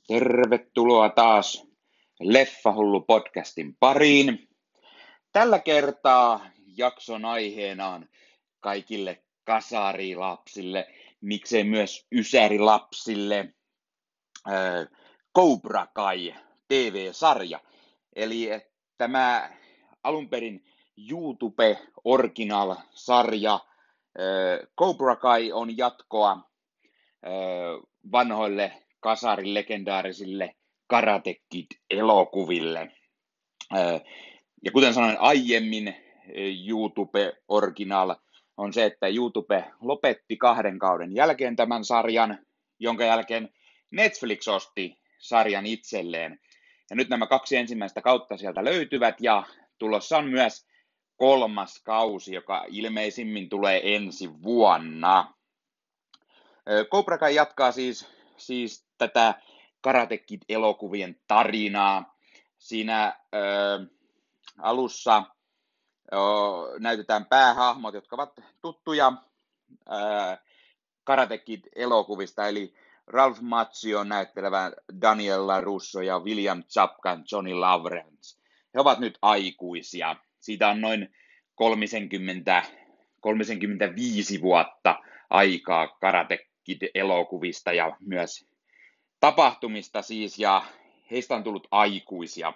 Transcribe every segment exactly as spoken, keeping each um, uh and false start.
Tervetuloa taas Leffahullu podcastin pariin. Tällä kertaa jakson aiheena on kaikille kasarilapsille, miksei myös ysärilapsille, äh, Cobra Kai T V-sarja. Eli tämä alun perin YouTube Original-sarja äh, Cobra Kai on jatkoa äh, vanhoille kasarin legendaarisille Karate Kid-elokuville. Ja kuten sanoin aiemmin, YouTube Original on se, että YouTube lopetti kahden kauden jälkeen tämän sarjan, jonka jälkeen Netflix osti sarjan itselleen. Ja nyt nämä kaksi ensimmäistä kautta sieltä löytyvät ja tulossa on myös kolmas kausi, joka ilmeisimmin tulee ensi vuonna. Cobra Kai jatkaa siis, siis tätä Karate Kid-elokuvien tarinaa. Siinä ö, alussa ö, näytetään päähahmot, jotka ovat tuttuja ö, Karate Kid-elokuvista, eli Ralph Macchion näyttelevä Daniel LaRusso ja William Zabkan Johnny Lawrence. He ovat nyt aikuisia. Siitä on noin kolmekymmentä, kolmekymmentäviisi vuotta aikaa Karate Kid-elokuvista ja myös tapahtumista siis, ja heistä on tullut aikuisia.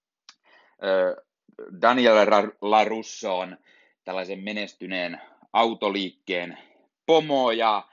Daniel LaRusso on tällaisen menestyneen autoliikkeen pomo, ja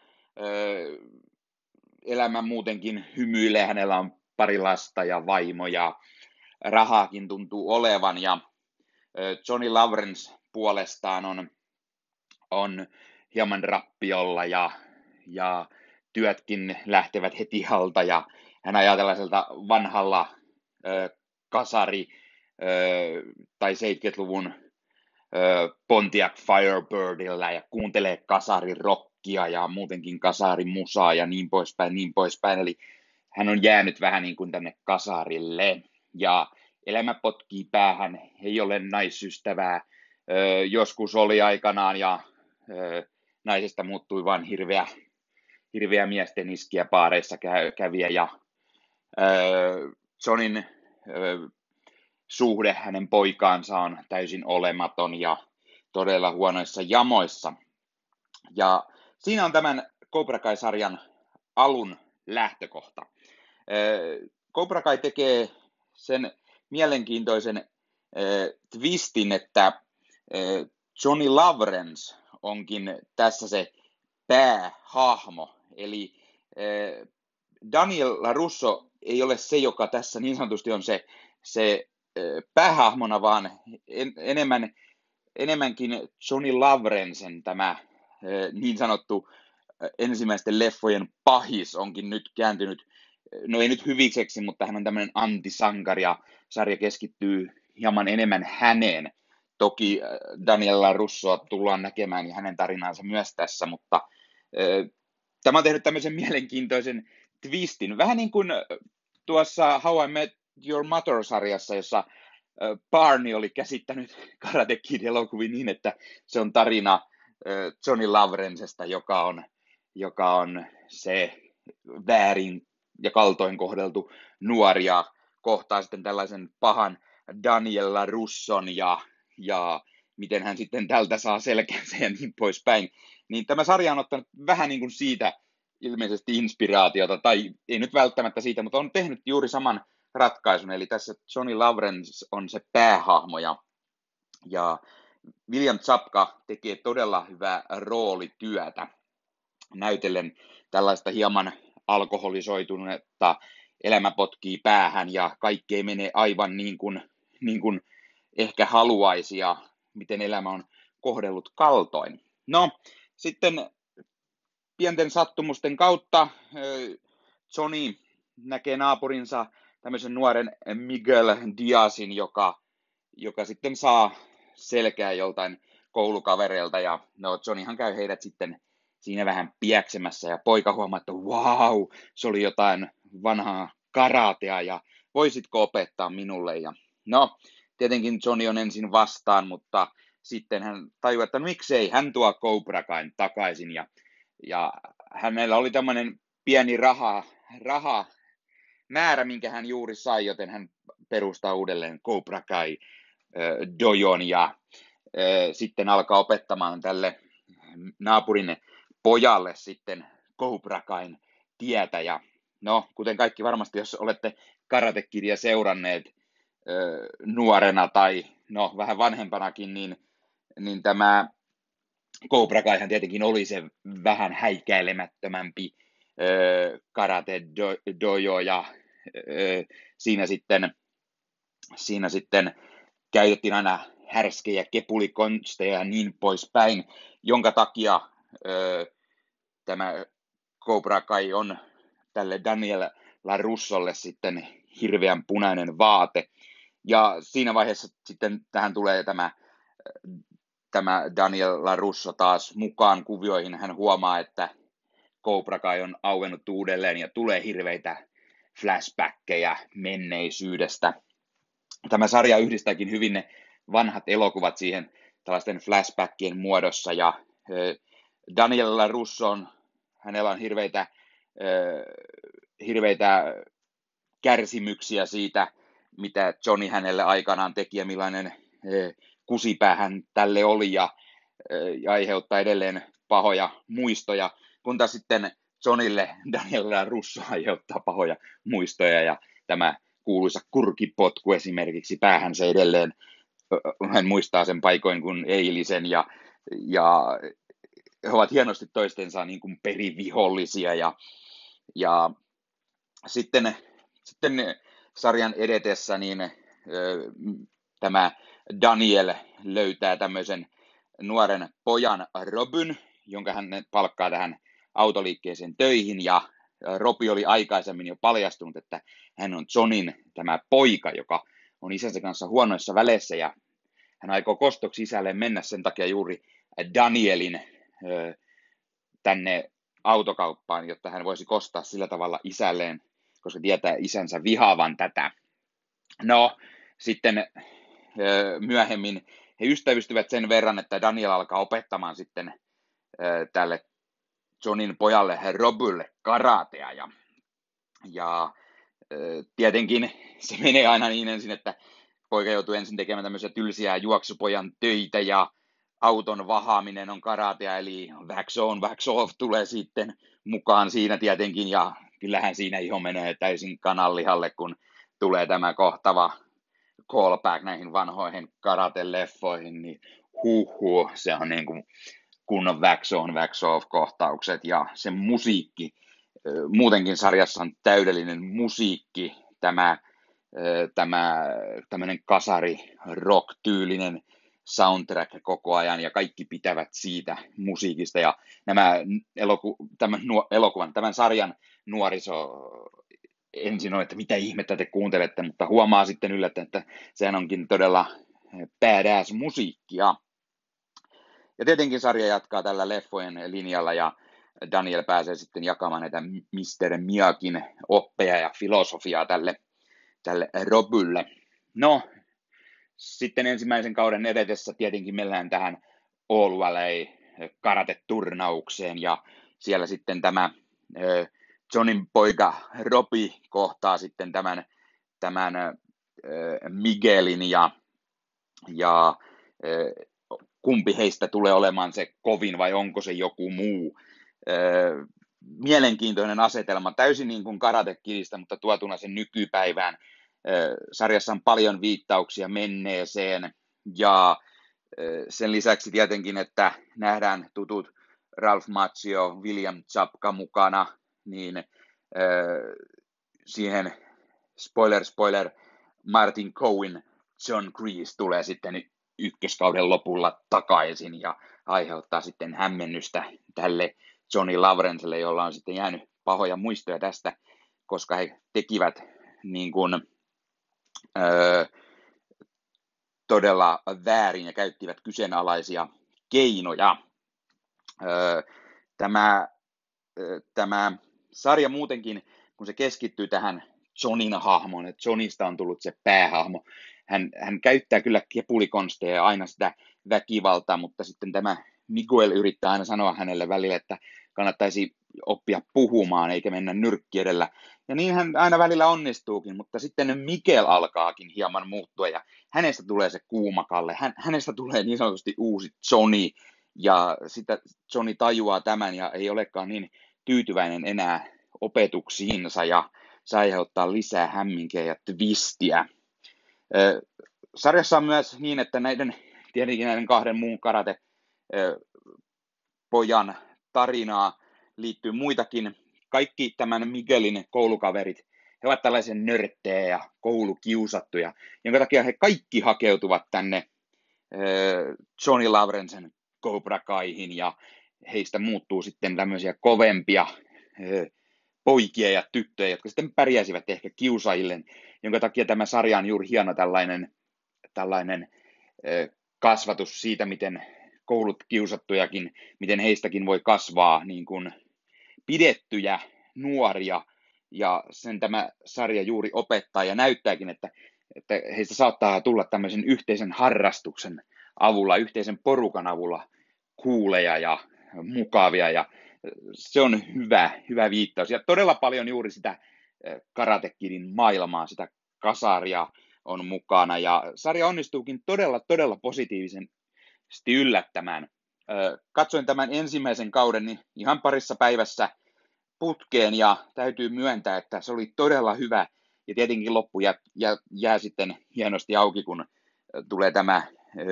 elämä muutenkin hymyilee, hänellä on pari lasta ja vaimo, ja rahaakin tuntuu olevan, ja Johnny Lawrence puolestaan on, on hieman rappiolla, ja, ja työtkin lähtevät heti alta, ja hän ajaa tällaiselta vanhalla ö, kasari- ö, tai seitsemänkymmentäluvun ö, Pontiac Firebirdillä ja kuuntelee kasarirockia ja muutenkin kasarimusaa ja niin poispäin, niin poispäin. Eli hän on jäänyt vähän niin kuin tänne kasarille, ja elämä potkii päähän, ei ole naisystävää, ö, joskus oli aikanaan, ja ö, naisesta muuttui vain hirveä hirveä miesten iskiä baareissa käviä, ja äh, Johnin äh, suhde hänen poikaansa on täysin olematon ja todella huonoissa jamoissa. Ja siinä on tämän Cobra Kai-sarjan alun lähtökohta. Äh, Cobra Kai tekee sen mielenkiintoisen äh, twistin, että äh, Johnny Lawrence onkin tässä se päähahmo. Eli eh, Daniel LaRusso ei ole se, joka tässä niin sanotusti on se, se eh, päähahmona, vaan en, enemmän, enemmänkin Johnny Lawrencen tämä eh, niin sanottu eh, ensimmäisten leffojen pahis onkin nyt kääntynyt, no ei nyt hyvikseksi, mutta hän on tämmöinen antisankari, ja sarja keskittyy hieman enemmän häneen. Toki Daniel LaRussoa tullaan näkemään ja hänen tarinansa myös tässä, mutta eh, tämä on tehnyt tämmöisen mielenkiintoisen twistin. Vähän niin kuin tuossa How I Met Your Mother-sarjassa, jossa Barney oli käsittänyt Karate Kid-elokuvia niin, että se on tarina Johnny Lawrencesta, joka on, joka on se väärin ja kaltoin kohdeltu nuori, ja kohtaa sitten tällaisen pahan Daniel LaRusson, ja, ja miten hän sitten tältä saa selkänsä ja niin poispäin. Niin tämä sarja on ottanut vähän niin kuin siitä ilmeisesti inspiraatiota, tai ei nyt välttämättä siitä, mutta on tehnyt juuri saman ratkaisun, eli tässä Johnny Lawrence on se päähahmo, ja, ja William Zabka tekee todella hyvää roolityötä näytellen tällaista hieman alkoholisoitunutta, elämä potkii päähän ja kaikki ei mene aivan niin kuin, niin kuin ehkä haluaisi, ja miten elämä on kohdellut kaltoin. No, sitten pienten sattumusten kautta Johnny näkee naapurinsa tämmöisen nuoren Miguel Diazin, joka, joka sitten saa selkää joltain koulukavereilta, ja no Johnnyhan käy heidät sitten siinä vähän pieksemässä, ja poika huomaa, että wow, se oli jotain vanhaa karatea, ja voisitko opettaa minulle, ja no, tietenkin Johnny on ensin vastaan, mutta sitten hän tajuaa, että no, miksei, hän tuo Cobra Kain takaisin, ja, ja hänellä oli tämmöinen pieni raha, raha määrä, minkä hän juuri sai, joten hän perustaa uudelleen Cobra Kai dojon ja sitten alkaa opettamaan tälle naapurin pojalle sitten Cobra Kain tietä. Ja no, kuten kaikki varmasti, jos olette Karate Kidia seuranneet nuorena tai no vähän vanhempanakin, niin, niin tämä Cobra Kaihan tietenkin oli se vähän häikäilemättömämpi karate dojo ja siinä sitten, siinä sitten käytettiin aina härskejä kepulikonsteja ja niin poispäin, jonka takia tämä Cobra Kai on tälle Daniel LaRussolle sitten hirveän punainen vaate. Ja siinä vaiheessa sitten tähän tulee tämä, tämä Daniel LaRusso taas mukaan kuvioihin. Hän huomaa, että Cobra Kai on auennut uudelleen ja tulee hirveitä flashbackkejä menneisyydestä. Tämä sarja yhdistääkin hyvin ne vanhat elokuvat siihen tällaisten flashbackien muodossa. Ja Daniel LaRusso on, hänellä on hirveitä, hirveitä kärsimyksiä siitä, mitä Johnny hänelle aikanaan teki ja millainen kusipää hän tälle oli ja, ja aiheuttaa edelleen pahoja muistoja, kun taas sitten Johnnylle Daniel LaRusso aiheuttaa pahoja muistoja ja tämä kuuluisa kurkipotku esimerkiksi päähän se edelleen, hän muistaa sen paikoin kuin eilisen ja, ja he ovat hienosti toistensa niin kuin perivihollisia ja, ja sitten, sitten sarjan edetessä niin ö, tämä Daniel löytää tämmöisen nuoren pojan Robyn, jonka hän palkkaa tähän autoliikkeeseen töihin ja Robi oli aikaisemmin jo paljastunut, että hän on Johnin tämä poika, joka on isänsä kanssa huonoissa väleissä ja hän aikoo kostoksi isälleen mennä sen takia juuri Danielin ö, tänne autokauppaan, jotta hän voisi kostaa sillä tavalla isälleen, koska tietää isänsä vihaavan tätä. No, sitten ö, myöhemmin he ystävystyvät sen verran, että Daniel alkaa opettamaan sitten ö, tälle Johnin pojalle Robylle karatea. Ja, ja ö, tietenkin se menee aina niin ensin, että poika joutuu ensin tekemään tämmöisiä tylsiä juoksupojan töitä ja auton vahaaminen on karatea, eli wax on, wax off tulee sitten mukaan siinä tietenkin, ja kyllähän siinä iho menee täysin kananlihalle, kun tulee tämä kohtava callback näihin vanhoihin karate-leffoihin, niin huhhuh, se on niin kuin kunnon wax on, wax off kohtaukset, ja se musiikki, muutenkin sarjassa on täydellinen musiikki, tämä, tämä tämmöinen kasari rock-tyylinen soundtrack koko ajan ja kaikki pitävät siitä musiikista ja nämä eloku, tämän nuo, elokuvan, tämän sarjan nuoriso ensin on, että mitä ihmettä te kuuntelette, mutta huomaa sitten yllättäen, että sehän onkin todella badass musiikkia. Ja tietenkin sarja jatkaa tällä leffojen linjalla ja Daniel pääsee sitten jakamaan näitä mister Miyakin oppeja ja filosofiaa tälle, tälle Robylle. No, sitten ensimmäisen kauden edetessä tietenkin mennään tähän All Valley karate-turnaukseen ja siellä sitten tämä Johnin poika Robi kohtaa sitten tämän, tämän Miguelin ja, ja kumpi heistä tulee olemaan se kovin vai onko se joku muu. Mielenkiintoinen asetelma, täysin niin kuin Karate Kidistä, mutta tuotuna sen nykypäivään. Sarjassa on paljon viittauksia menneeseen ja sen lisäksi tietenkin, että nähdään tutut Ralph Macchio, William Zabka mukana, niin siihen spoiler spoiler Martin Cohen, John Kreese tulee sitten ykköskauden lopulla takaisin ja aiheuttaa sitten hämmennystä tälle Johnny Lawrencelle, jolla on sitten jäänyt pahoja muistoja tästä, koska he tekivät niin kuin Öö, todella väärin ja käyttivät kyseenalaisia keinoja. Öö, tämä, öö, tämä sarja muutenkin, kun se keskittyy tähän Johnin hahmoon, että Johnista on tullut se päähahmo, hän, hän käyttää kyllä kepulikonsteja ja aina sitä väkivaltaa, mutta sitten tämä Miguel yrittää aina sanoa hänelle välillä, että kannattaisi oppia puhumaan eikä mennä nyrkki edellä. Ja niin hän aina välillä onnistuukin, mutta sitten Miguel alkaakin hieman muuttua ja hänestä tulee se kuumakalle, hän, hänestä tulee niin sanotusti uusi Johnny ja sitä Johnny tajuaa tämän ja ei olekaan niin tyytyväinen enää opetuksiinsa ja se aiheuttaa lisää hämminkiä ja twistiä. Sarjassa on myös niin, että näiden, tietenkin näiden kahden muun karate-pojan tarinaa liittyy muitakin. Kaikki tämän Miguelin koulukaverit, he ovat tällaisia nörttejä ja koulukiusattuja, jonka takia he kaikki hakeutuvat tänne Johnny Lawrencen Cobra Kaihin ja heistä muuttuu sitten tämmöisiä kovempia poikia ja tyttöjä, jotka sitten pärjäisivät ehkä kiusaajille, jonka takia tämä sarja on juuri hieno tällainen, tällainen kasvatus siitä, miten koulut kiusattujakin, miten heistäkin voi kasvaa niin kuin pidettyjä nuoria, ja sen tämä sarja juuri opettaa ja näyttääkin, että, että heistä saattaa tulla tämmöisen yhteisen harrastuksen avulla, yhteisen porukan avulla kuuleja ja mukavia, ja se on hyvä, hyvä viittaus. Ja todella paljon juuri sitä Karate Kidin maailmaa, sitä kasaria on mukana, ja sarja onnistuukin todella, todella positiivisesti yllättämään. Katsoin tämän ensimmäisen kauden niin ihan parissa päivässä putkeen, ja täytyy myöntää, että se oli todella hyvä, ja tietenkin loppu jää, jää, jää sitten hienosti auki, kun tulee tämä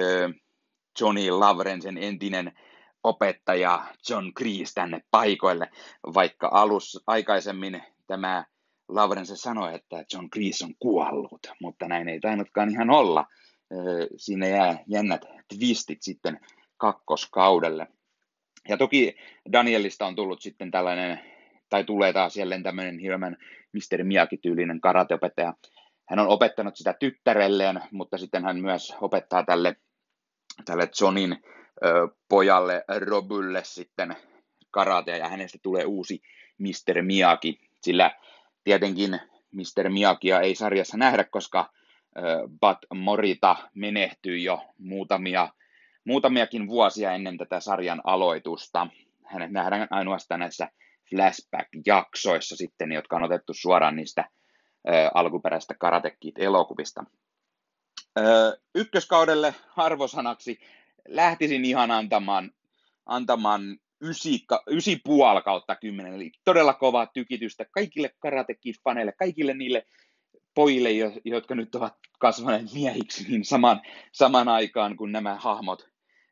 Johnny Lawrencen entinen opettaja John Kreese tänne paikoille, vaikka alus aikaisemmin tämä Lawrence sanoi, että John Kreese on kuollut, mutta näin ei tainnutkaan ihan olla. Siinä jää jännät twistit sitten kakkoskaudelle. Ja toki Danielista on tullut sitten tällainen, tai tulee taas jälleen tämmöinen hieman mister Miyagi-tyylinen karateopettaja. Hän on opettanut sitä tyttärelleen, mutta sitten hän myös opettaa tälle, tälle Johnin ö, pojalle Robulle sitten karatea, ja hänestä tulee uusi mister Miyagi, sillä tietenkin mister Miyagia ei sarjassa nähdä, koska ö, Bud Morita menehtyi jo muutamia, muutamiakin vuosia ennen tätä sarjan aloitusta. Hänet nähdään ainoastaan näissä flashback-jaksoissa sitten, jotka on otettu suoraan niistä ö, alkuperäistä Karate Kid-elokuvista. Ö, ykköskaudelle arvosanaksi lähtisin ihan antamaan, antamaan ysi, ysi puoli kautta kymmenen, eli todella kovaa tykitystä kaikille Karate Kid-faneille, kaikille niille pojille, jotka nyt ovat kasvaneet miehiksi, niin saman, saman aikaan kun nämä hahmot,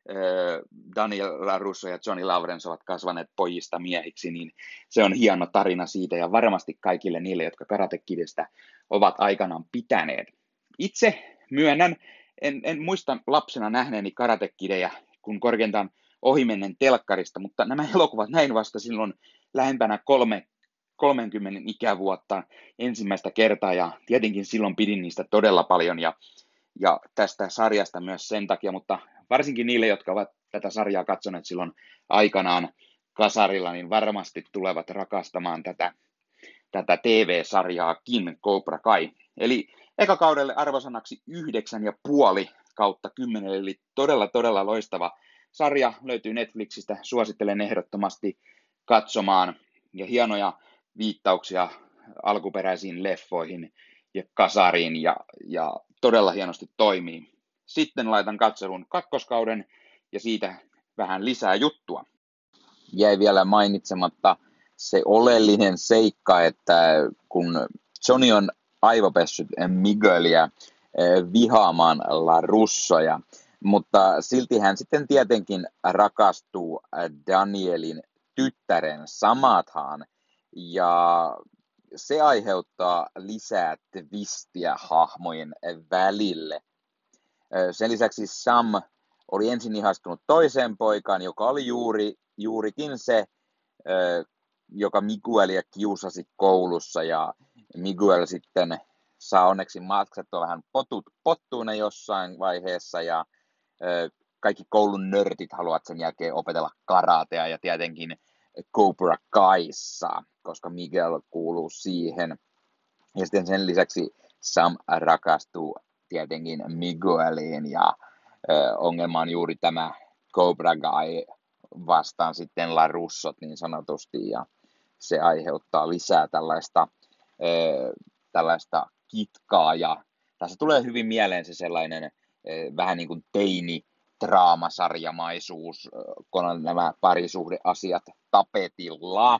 Daniel LaRusso ja Johnny Lawrence, ovat kasvaneet pojista miehiksi, niin se on hieno tarina siitä, ja varmasti kaikille niille, jotka Karate Kidistä ovat aikanaan pitäneet. Itse myönnän, en, en muista lapsena nähneeni Karate Kidejä, kun korkeintaan ohimennen telkkarista, mutta nämä elokuvat näin vasta silloin lähempänä kolme, kolmekymmentä ikävuotta ensimmäistä kertaa, ja tietenkin silloin pidin niistä todella paljon, ja, ja tästä sarjasta myös sen takia, mutta varsinkin niille, jotka ovat tätä sarjaa katsoneet silloin aikanaan kasarilla, niin varmasti tulevat rakastamaan tätä, tätä T V-sarjaakin, Cobra Kai. Eli eka kaudelle arvosanaksi yhdeksän ja puoli kautta kymmenen, eli todella, todella loistava sarja, löytyy Netflixistä, suosittelen ehdottomasti katsomaan, ja hienoja viittauksia alkuperäisiin leffoihin ja kasariin, ja, ja todella hienosti toimii. Sitten laitan katselun kakkoskauden, ja siitä vähän lisää juttua. Jäi vielä mainitsematta se oleellinen seikka, että kun Johnny on aivopessyt Miguelia vihaamaan LaRussoja, mutta silti hän sitten tietenkin rakastuu Danielin tyttären Samathaan, ja se aiheuttaa lisää twistiä hahmojen välille. Sen lisäksi Sam oli ensin ihastunut toiseen poikaan, joka oli juuri, juurikin se, joka Miguelia kiusasi koulussa, ja Miguel sitten saa onneksi maksettua vähän potut, pottuina jossain vaiheessa, ja kaikki koulun nörtit haluavat sen jälkeen opetella karatea, ja tietenkin Cobra Kaissa, koska Miguel kuuluu siihen. Ja sitten sen lisäksi Sam rakastuu tietenkin Migueliin, ja ö, ongelma on juuri tämä Cobra Kai vastaan sitten LaRussot niin sanotusti, ja se aiheuttaa lisää tällaista, ö, tällaista kitkaa, ja tässä tulee hyvin mieleen se sellainen ö, vähän niin kuin teini-draamasarjamaisuus, ö, kun on nämä parisuhdeasiat tapetilla.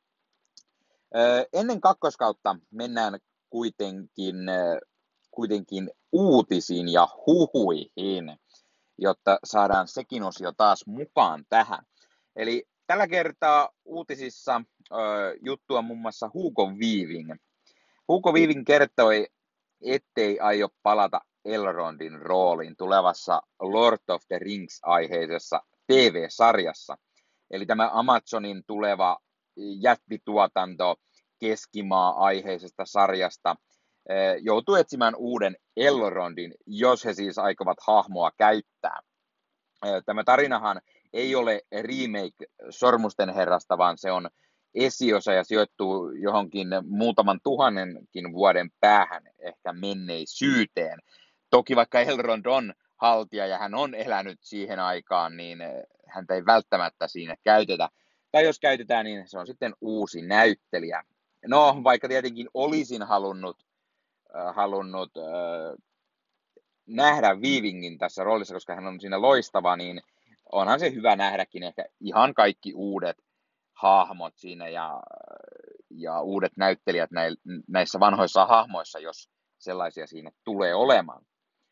Ö, ennen kakkoskautta mennään kuitenkin, ö, kuitenkin uutisiin ja huhuihin, jotta saadaan sekin osio taas mukaan tähän. Eli tällä kertaa uutisissa ö, juttua muun muassa Hugo Weaving. Hugo Weaving kertoi, ettei aio palata Elrondin rooliin tulevassa Lord of the Rings-aiheisessa T V-sarjassa. Eli tämä Amazonin tuleva jättituotanto Keskimaa-aiheisesta sarjasta joutuu etsimään uuden Elrondin, jos he siis aikovat hahmoa käyttää. Tämä tarinahan ei ole remake Sormusten herrasta, vaan se on esiosa ja sijoittuu johonkin muutaman tuhannenkin vuoden päähän, ehkä menneisyyteen. Toki vaikka Elrond on haltija ja hän on elänyt siihen aikaan, niin häntä ei välttämättä siinä käytetä. Tai jos käytetään, niin se on sitten uusi näyttelijä. No, vaikka tietenkin olisin halunnut, äh, halunnut äh, nähdä Weavingin tässä roolissa, koska hän on siinä loistava, niin onhan se hyvä nähdäkin ehkä ihan kaikki uudet hahmot siinä ja, ja uudet näyttelijät näissä vanhoissa hahmoissa, jos sellaisia siinä tulee olemaan.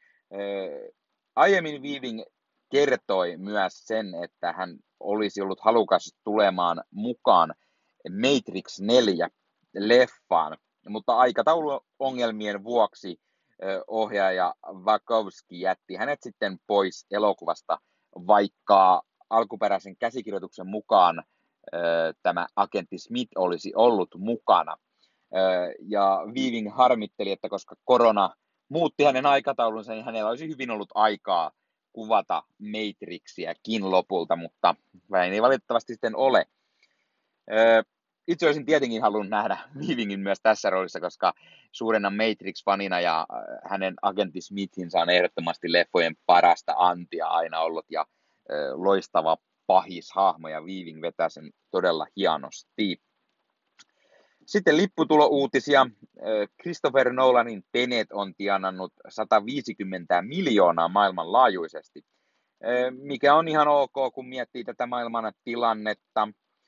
Aiemmin Weaving kertoi myös sen, että hän olisi ollut halukas tulemaan mukaan Matrix neljä leffaan, mutta aikatauluongelmien vuoksi ohjaaja Wachowski jätti hänet sitten pois elokuvasta, vaikka alkuperäisen käsikirjoituksen mukaan tämä agentti Smith olisi ollut mukana. Ja Weaving harmitteli, että koska korona muutti hänen aikataulunsa, niin hänellä olisi hyvin ollut aikaa kuvata Matrixiäkin lopulta, mutta näin ei valitettavasti sitten ole. Itse olisin tietenkin halunnut nähdä Weavingin myös tässä roolissa, koska suurena Matrix-fanina ja hänen agentti Smithinsä on ehdottomasti leffojen parasta antia aina ollut ja loistava pahishahmo, ja Weaving vetää sen todella hienosti. Sitten lipputulouutisia. Christopher Nolanin Tenet on tienannut sata viisikymmentä miljoonaa maailmanlaajuisesti, mikä on ihan ok, kun miettii tätä maailman tilannetta,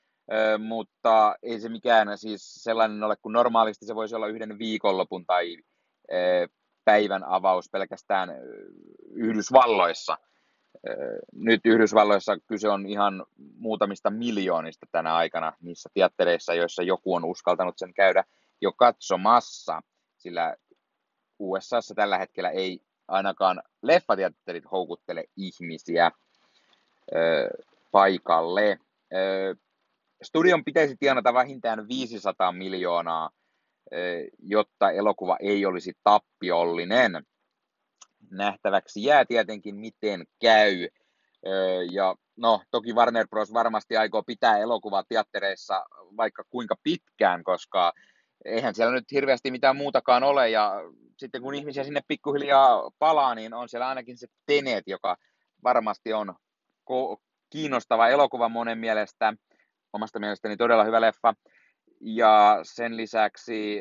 mutta ei se mikään siis sellainen ole, kun normaalisti se voisi olla yhden viikonlopun tai päivän avaus pelkästään Yhdysvalloissa. Nyt Yhdysvalloissa kyse on ihan muutamista miljoonista tänä aikana niissä teattereissa, joissa joku on uskaltanut sen käydä jo katsomassa, sillä U S A:ssa tällä hetkellä ei ainakaan leffateatterit houkuttele ihmisiä ö, paikalle. Ö, studion pitäisi tienata vähintään viisisataa miljoonaa, ö, jotta elokuva ei olisi tappiollinen. Nähtäväksi jää tietenkin, miten käy. Ja no, toki Warner Bros. Varmasti aikoo pitää elokuvaa teattereissa vaikka kuinka pitkään, koska eihän siellä nyt hirveästi mitään muutakaan ole. Ja sitten kun ihmisiä sinne pikkuhiljaa palaa, niin on siellä ainakin se Tenet, joka varmasti on kiinnostava elokuva monen mielestä. Omasta mielestäni todella hyvä leffa. Ja sen lisäksi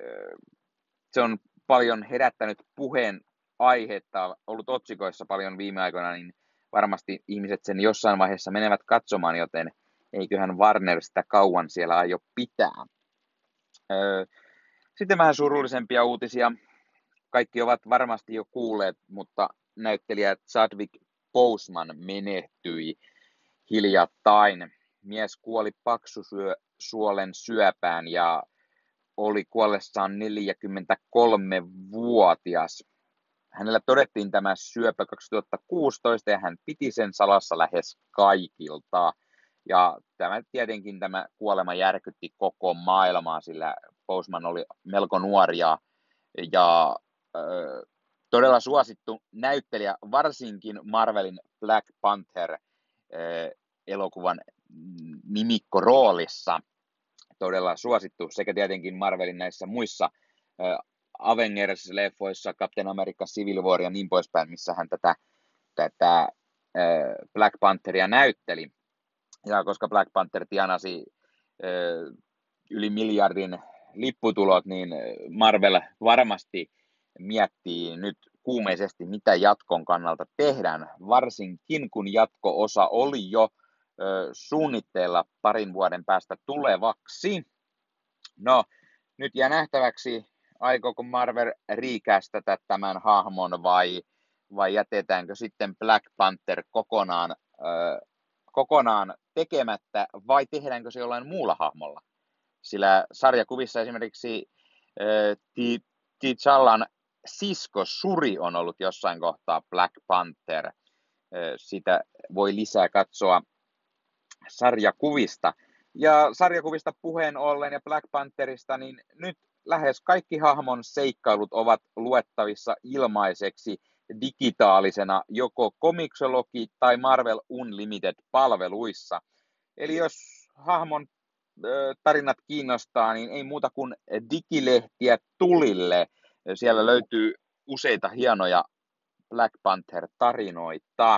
se on paljon herättänyt puheen aihetta, ollut otsikoissa paljon viime aikoina, niin varmasti ihmiset sen jossain vaiheessa menevät katsomaan, joten eiköhän Warner sitä kauan siellä aio pitää. Sitten vähän surullisempia uutisia. Kaikki ovat varmasti jo kuulleet, mutta näyttelijä Chadwick Boseman menehtyi hiljattain. Mies kuoli paksusuolen syöpään ja oli kuollessaan neljäkymmentäkolmevuotias. Hänellä todettiin tämä syöpä kaksituhattakuusitoista ja hän piti sen salassa lähes kaikilta. Ja tämä tietenkin tämä kuolema järkytti koko maailmaa, sillä Boseman oli melko nuori ja, ja ö, todella suosittu näyttelijä, varsinkin Marvelin Black Panther ö, elokuvan nimikkoroolissa. Todella suosittu sekä tietenkin Marvelin näissä muissa ö, Avengers-leffoissa, Captain America, Civil War ja niin poispäin, missä hän tätä, tätä Black Pantheria näytteli. Ja koska Black Panther tienasi yli miljardin lipputulot, niin Marvel varmasti miettii nyt kuumeisesti, mitä jatkon kannalta tehdään, varsinkin kun jatko-osa oli jo ö, suunnitteilla parin vuoden päästä tulevaksi. No, nyt jää nähtäväksi, aikooko Marvel riikästätä tämän hahmon vai, vai jätetäänkö sitten Black Panther kokonaan, ö, kokonaan tekemättä vai tehdäänkö se jollain muulla hahmolla? Sillä sarjakuvissa esimerkiksi äh, T'Challan sisko Shuri on ollut jossain kohtaa Black Panther. Äh, sitä voi lisää katsoa sarjakuvista. Ja sarjakuvista puheen ollen ja Black Pantherista, niin nyt lähes kaikki hahmon seikkailut ovat luettavissa ilmaiseksi digitaalisena joko Comixology tai Marvel Unlimited-palveluissa. Eli jos hahmon tarinat kiinnostaa, niin ei muuta kuin digilehtiä tulille. Siellä löytyy useita hienoja Black Panther-tarinoita.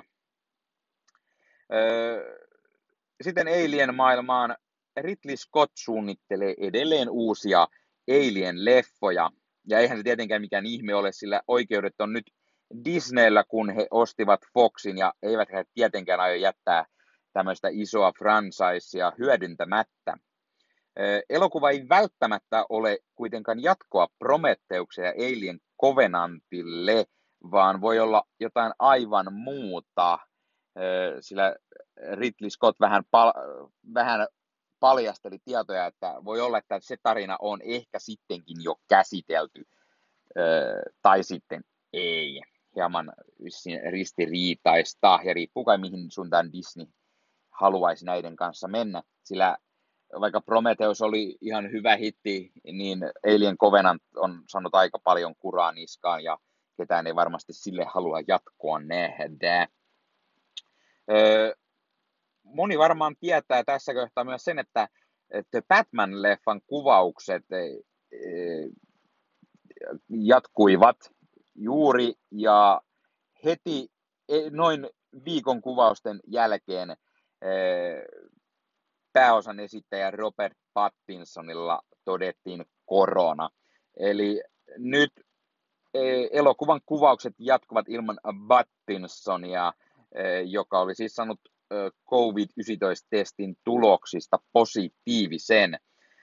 Sitten Alien-maailmaan Ridley Scott suunnittelee edelleen uusia Alien-leffoja. Ja eihän se tietenkään mikään ihme ole, sillä oikeudet on nyt Disneyllä, kun he ostivat Foxin, ja eivät he tietenkään aio jättää tämmöistä isoa franchisea hyödyntämättä. Elokuva ei välttämättä ole kuitenkaan jatkoa Prometheukseen ja Alien Covenantille, vaan voi olla jotain aivan muuta, sillä Ridley Scott vähän, pal- vähän paljasteli tietoja, että voi olla, että se tarina on ehkä sittenkin jo käsitelty, tai sitten ei. Hieman ristiriitaista, ja riippuu kai mihin suuntaan Disney haluaisi näiden kanssa mennä, sillä vaikka Prometheus oli ihan hyvä hitti, niin Alien Covenant on saanut aika paljon kuraa niskaan, ja ketään ei varmasti sille halua jatkoa nähdä. Öö, moni varmaan tietää tässä kohtaa myös sen, että, että Batman-leffan kuvaukset e, e, jatkuivat juuri, ja heti e, noin viikon kuvausten jälkeen e, pääosan esittäjä Robert Pattinsonilla todettiin korona. Eli nyt elokuvan kuvaukset jatkuvat ilman Pattinsonia, joka oli siis saanut covid yhdeksäntoista-testin tuloksista positiivisen.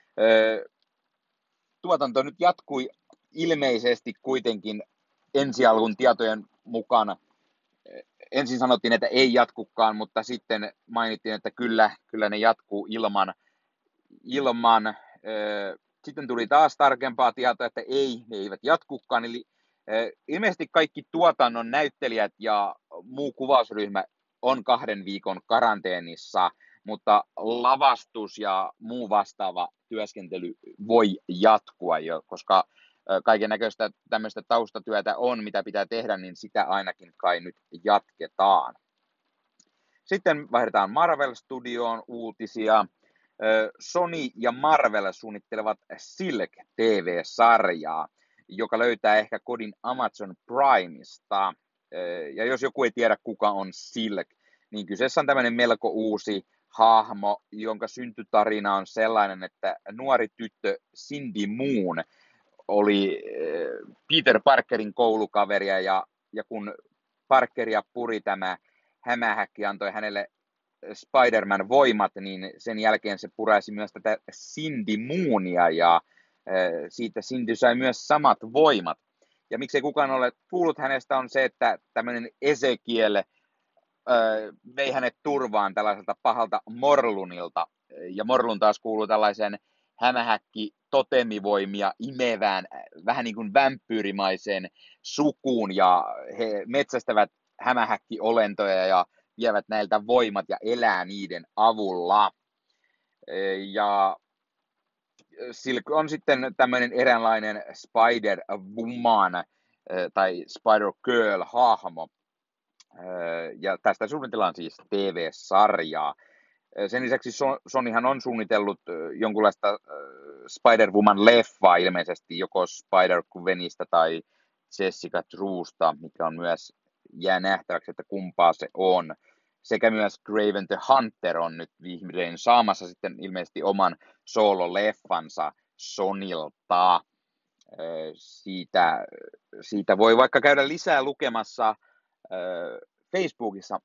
Tuotanto nyt jatkui ilmeisesti kuitenkin ensialun tietojen mukana. Ensin sanottiin, että ei jatkukaan, mutta sitten mainittiin, että kyllä, kyllä ne jatkuu ilman. ilman. Sitten tuli taas tarkempaa tietoa, että ei, ne eivät jatkukaan. Eli ilmeisesti kaikki tuotannon näyttelijät ja muu kuvausryhmä on kahden viikon karanteenissa, mutta lavastus ja muu vastaava työskentely voi jatkua jo, koska kaiken näköistä tämmöistä taustatyötä on, mitä pitää tehdä, niin sitä ainakin kai nyt jatketaan. Sitten vaihdetaan Marvel-studioon uutisia. Sony ja Marvel suunnittelevat Silk-T V-sarjaa, joka löytää ehkä kodin Amazon Primeista. Ja jos joku ei tiedä, kuka on Silk, niin kyseessä on tämmöinen melko uusi hahmo, jonka syntytarina on sellainen, että nuori tyttö Cindy Moon oli Peter Parkerin koulukaveria, ja, ja kun Parkeria puri tämä hämähäkki, antoi hänelle Spider-Man voimat, niin sen jälkeen se puraisi myös tätä Cindy Moonia, ja siitä Cindy sai myös samat voimat. Ja miksei kukaan ole kuullut hänestä on se, että tämmöinen Ezekiel vei hänet turvaan tällaiselta pahalta Morlunilta, ja Morlun taas kuuluu tällaisen hämähäkki totemivoimia imevään, vähän niin kuin vampyyrimaiseen sukuun, ja he metsästävät hämähäkkiolentoja ja vievät näiltä voimat ja elää niiden avulla. Ja Silk on sitten tämmöinen eräänlainen Spider-Woman tai Spider-Girl-hahmo, ja tästä suunnitellaan siis T V-sarjaa. Sen lisäksi Sonyhan on suunnitellut jonkunlaista Spider-Woman-leffaa ilmeisesti, joko Spider-Gwenistä tai Jessica Truesta, mikä on myös jää nähtäväksi, että kumpaa se on. sekä myös Craven the Hunter on nyt vihrein saamassa sitten ilmeisesti oman soololeffansa Sonylta. Siitä, siitä voi vaikka käydä lisää lukemassa Facebookissa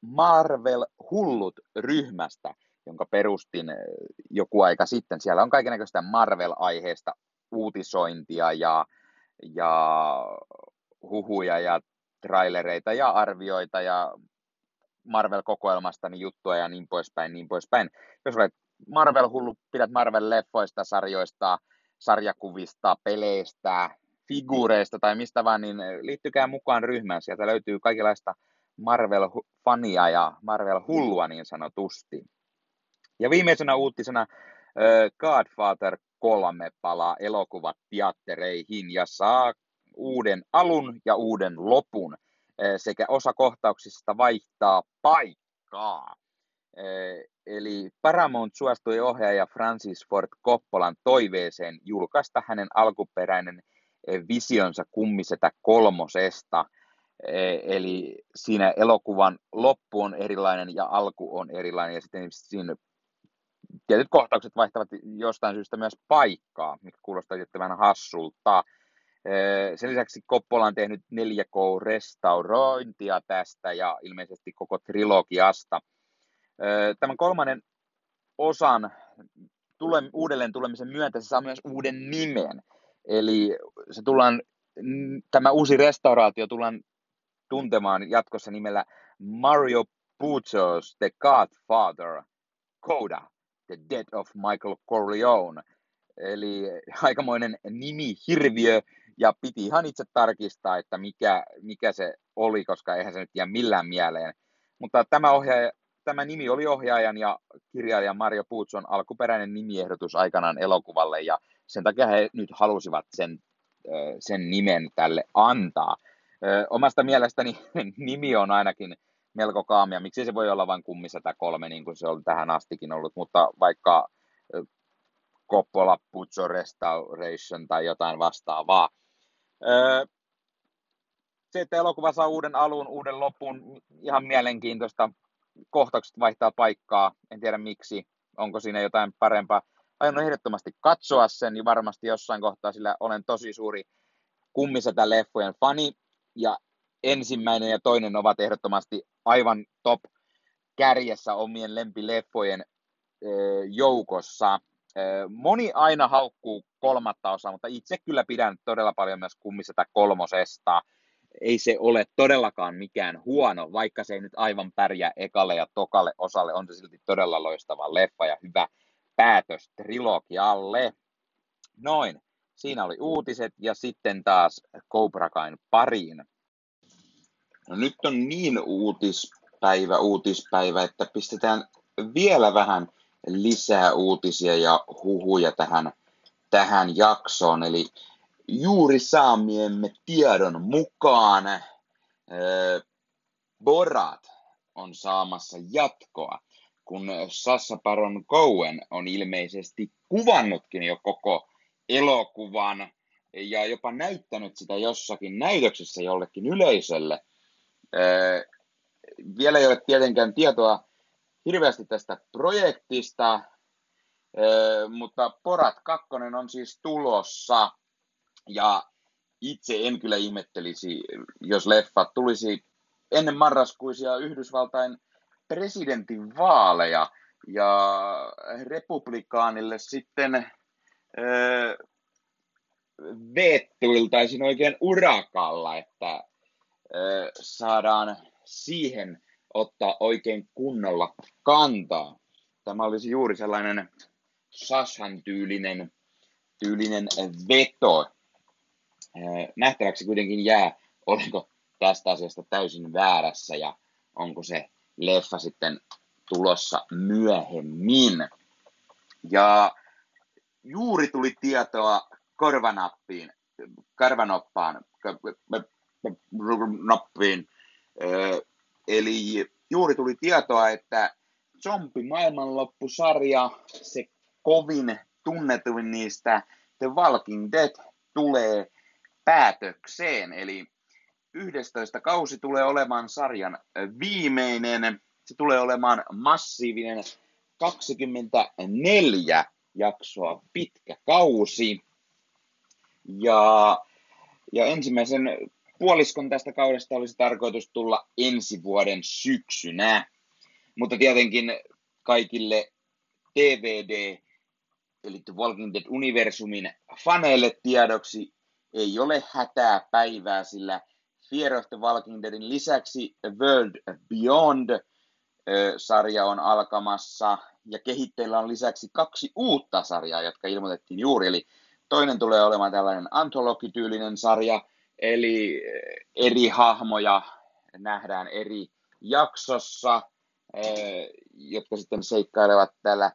Marvel-hullut-ryhmästä, jonka perustin joku aika sitten. Siellä on kaikennäköistä Marvel-aiheesta uutisointia ja, ja huhuja ja trailereita ja arvioita ja Marvel-kokoelmasta niin juttuja ja niin poispäin, niin poispäin. Jos olet Marvel-hullu, pidät Marvel-leffoista, sarjoista, sarjakuvista, peleistä, figuureista tai mistä vaan, niin liittykää mukaan ryhmään. Sieltä löytyy kaikenlaista Marvel-fania ja Marvel-hullua niin sanotusti. Ja viimeisenä uutisena Godfather kolme palaa elokuvat teattereihin ja saa uuden alun ja uuden lopun sekä osa kohtauksista vaihtaa paikkaa. Eli Paramount suostui ohjaaja Francis Ford Coppolan toiveeseen julkaista hänen alkuperäinen visionsa Kummisetä kolmosesta. Eli siinä elokuvan loppu on erilainen ja alku on erilainen ja sitten siinä tietyt kohtaukset vaihtavat jostain syystä myös paikkaa, mikä kuulostaa tietysti vähän hassulta. Sen lisäksi Coppola on tehnyt neljä K-restaurointia tästä ja ilmeisesti koko trilogiasta. Tämän kolmannen osan tule, uudelleen tulemisen myötä se saa myös uuden nimen. Eli se tullaan, tämä uusi restauraatio tullaan tuntemaan jatkossa nimellä Mario Puzo's The Godfather, Coda, The Death of Michael Corleone. Eli aikamoinen nimihirviö, ja piti ihan itse tarkistaa, että mikä, mikä se oli, koska eihän se nyt jää millään mieleen. Mutta tämä, ohjaaja, tämä nimi oli ohjaajan ja kirjailijan Mario Puzon alkuperäinen nimiehdotus aikanaan elokuvalle, ja sen takia he nyt halusivat sen, sen nimen tälle antaa. Omasta mielestäni nimi on ainakin melko kaamia. Miksi se voi olla vain Kummisetä kolme, niin kuin se on tähän astikin ollut, mutta vaikka Coppola Puzo Restoration tai jotain vastaavaa. Se, että elokuva saa uuden alun, uuden lopun, ihan mielenkiintoista. Kohtaukset vaihtaa paikkaa, en tiedä miksi, onko siinä jotain parempaa. Aion ehdottomasti katsoa sen ja varmasti jossain kohtaa, sillä olen tosi suuri Kummisetä-leffojen fani. Ja ensimmäinen ja toinen ovat ehdottomasti aivan top kärjessä omien lempileffojen joukossa. Moni aina haukkuu kolmatta osaa, mutta itse kyllä pidän todella paljon myös Kummisetä kolmosesta. Ei se ole todellakaan mikään huono, vaikka se ei nyt aivan pärjää ekalle ja tokalle osalle. On se silti todella loistava leffa ja hyvä päätös trilogialle. Noin, siinä oli uutiset ja sitten taas Cobra Kain pariin. No nyt on niin uutispäivä, uutispäivä, että pistetään vielä vähän lisää uutisia ja huhuja tähän, tähän jaksoon. Eli juuri saamiemme tiedon mukaan äh, Borat on saamassa jatkoa, kun Sacha Baron Cohen on ilmeisesti kuvannutkin jo koko elokuvan ja jopa näyttänyt sitä jossakin näytöksessä jollekin yleisölle. Äh, vielä ei ole tietenkään tietoa hirveästi tästä projektista, mutta Borat kaksi on siis tulossa, ja itse en kyllä ihmettelisi, jos leffa tulisi ennen marraskuisia Yhdysvaltain presidentinvaaleja, ja republikaanille sitten veettuiltaisin oikein urakalla, että saadaan siihen ottaa oikein kunnolla kantaa. Tämä olisi juuri sellainen Sashan tyylinen, tyylinen veto. Nähtäväksi kuitenkin jää, oliko tästä asiasta täysin väärässä ja onko se leffa sitten tulossa myöhemmin. Ja juuri tuli tietoa korvanappiin, karvanoppaan, nappiin, eli juuri tuli tietoa, että zombi-maailmanloppusarja, se kovin tunnetuin niistä, The Walking Dead, tulee päätökseen. Eli yhdestoista kausi tulee olemaan sarjan viimeinen. Se tulee olemaan massiivinen kaksikymmentäneljä jaksoa pitkä kausi. Ja, ja ensimmäisen puoliskon tästä kaudesta olisi tarkoitus tulla ensi vuoden syksynä. Mutta tietenkin kaikille T V D, eli The Walking Dead-universumin faneille tiedoksi, ei ole hätää päivää, sillä Fear of the Walking Deadin lisäksi A World Beyond-sarja on alkamassa, ja kehitteillä on lisäksi kaksi uutta sarjaa, jotka ilmoitettiin juuri. Eli toinen tulee olemaan tällainen antologityylinen sarja, eli eri hahmoja nähdään eri jaksossa, jotka sitten seikkailevat täällä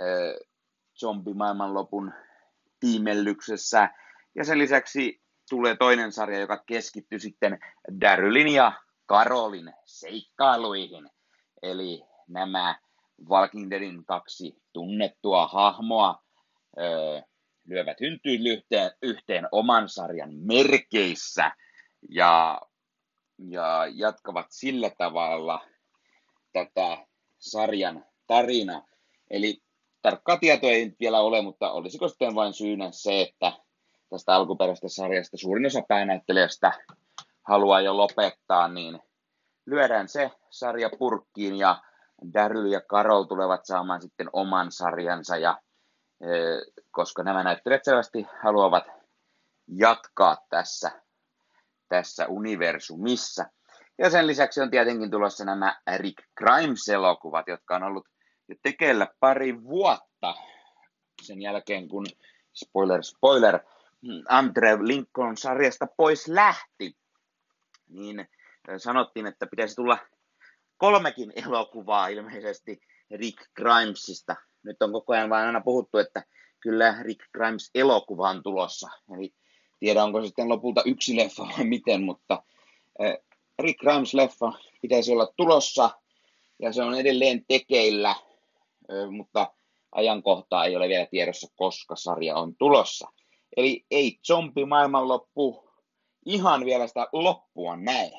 zombimaailmanlopun tiimellyksessä. Ja sen lisäksi tulee toinen sarja, joka keskittyy sitten Darylin ja Carolin seikkailuihin. Eli nämä Walking Deadin kaksi tunnettua hahmoa öö, lyövät hyntyyn yhteen, yhteen oman sarjan merkeissä ja, ja jatkavat sillä tavalla tätä sarjan tarinaa. Eli tarkkaa tietoa ei vielä ole, mutta olisiko sitten vain syynä se, että tästä alkuperäisestä sarjasta suurin osa päänäyttelijästä haluaa jo lopettaa, niin lyödään se sarja purkkiin ja Daryl ja Carol tulevat saamaan sitten oman sarjansa, ja, e, koska nämä näyttelijät selvästi haluavat jatkaa tässä, tässä universumissa. Ja sen lisäksi on tietenkin tulossa nämä Rick Grimes-elokuvat, jotka on ollut jo tekeillä pari vuotta sen jälkeen, kun spoiler, spoiler, Andrew Lincoln sarjasta pois lähti, niin sanottiin, että pitäisi tulla kolmekin elokuvaa ilmeisesti Rick Grimesista. Nyt on koko ajan vain aina puhuttu, että kyllä Rick Grimes elokuva on tulossa. Eli tiedä, onko se sitten lopulta yksi leffa vai miten, mutta Rick Grimes-leffa pitäisi olla tulossa ja se on edelleen tekeillä, mutta ajankohtaa ei ole vielä tiedossa, koska sarja on tulossa. Eli ei zombi maailmanloppu ihan vielä sitä loppua näe.